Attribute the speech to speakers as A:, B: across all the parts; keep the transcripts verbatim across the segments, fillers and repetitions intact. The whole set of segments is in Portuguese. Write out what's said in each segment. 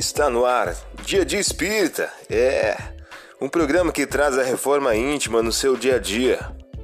A: Está no ar, Dia de Espírita, é um programa que traz a reforma íntima no seu dia a dia.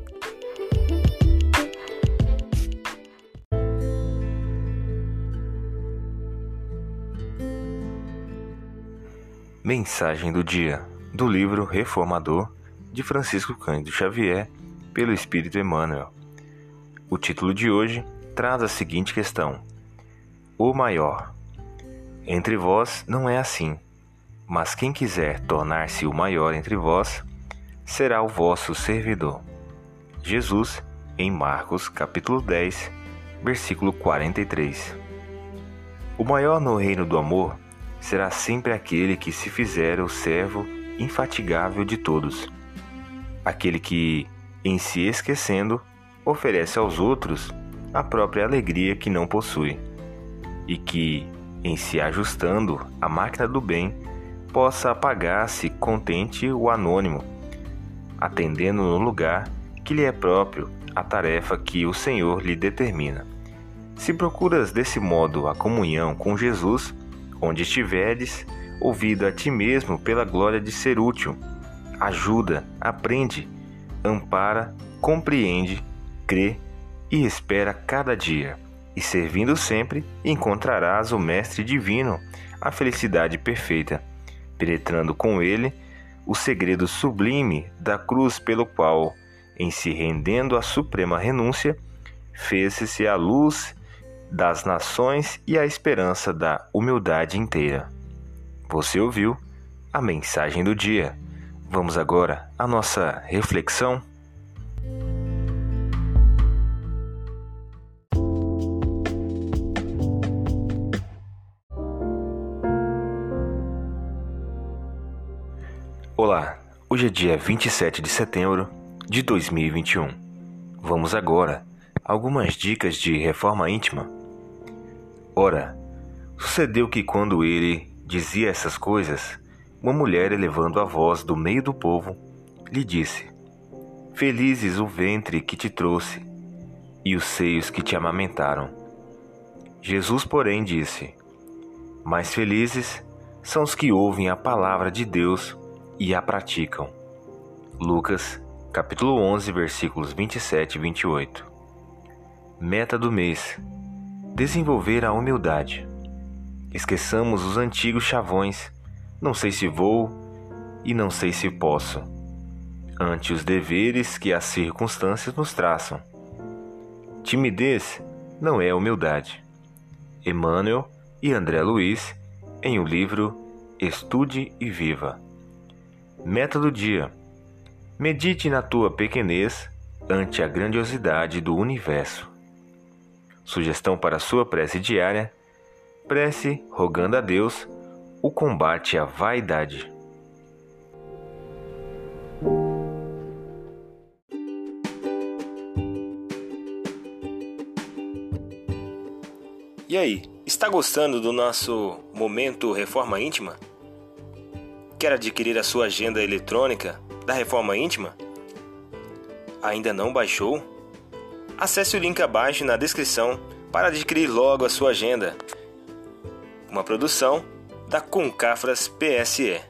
B: Mensagem do dia, do livro Reformador, de Francisco Cândido Xavier, pelo Espírito Emmanuel. O título de hoje traz a seguinte questão: O maior. Entre vós não é assim, mas quem quiser tornar-se o maior entre vós, será o vosso servidor. Jesus, em Marcos, capítulo dez, versículo quarenta e três. O maior no reino do amor será sempre aquele que se fizer o servo infatigável de todos. Aquele que, em se esquecendo, oferece aos outros a própria alegria que não possui, e que, em se ajustando à máquina do bem, possa apagar-se contente o anônimo, atendendo no lugar que lhe é próprio a tarefa que o Senhor lhe determina. Se procuras desse modo a comunhão com Jesus, onde estiveres, ouvido a ti mesmo pela glória de ser útil, ajuda, aprende, ampara, compreende, crê e espera cada dia. E servindo sempre, encontrarás o Mestre Divino, a felicidade perfeita, penetrando com ele o segredo sublime da cruz pelo qual, em se rendendo à suprema renúncia, fez-se a luz das nações e a esperança da humildade inteira. Você ouviu a mensagem do dia. Vamos agora à nossa reflexão? Olá, hoje é dia vinte e sete de setembro de dois mil e vinte e um. Vamos agora a algumas dicas de reforma íntima. Ora, sucedeu que quando ele dizia essas coisas, uma mulher, elevando a voz do meio do povo, lhe disse: Felizes o ventre que te trouxe e os seios que te amamentaram. Jesus, porém, disse: Mais felizes são os que ouvem a palavra de Deus e a praticam. Lucas, capítulo onze, versículos vinte e sete e vinte e oito. Meta do mês: desenvolver a humildade. Esqueçamos os antigos chavões, não sei se vou e não sei se posso, ante os deveres que as circunstâncias nos traçam. Timidez não é humildade. Emmanuel e André Luiz, em o livro Estude e Viva. Meta do dia: medite na tua pequenez ante a grandiosidade do universo. Sugestão para a sua prece diária: prece rogando a Deus o combate à vaidade.
A: E aí, está gostando do nosso momento Reforma Íntima? Quer adquirir a sua agenda eletrônica da Reforma Íntima? Ainda não baixou? Acesse o link abaixo na descrição para adquirir logo a sua agenda. Uma produção da Concafras P S E.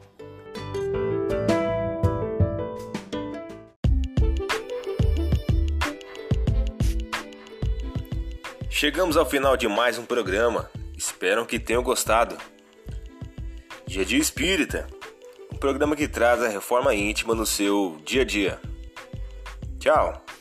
A: Chegamos ao final de mais um programa. Espero que tenham gostado. Dia de Espírita, um programa que traz a reforma íntima no seu dia a dia. Tchau!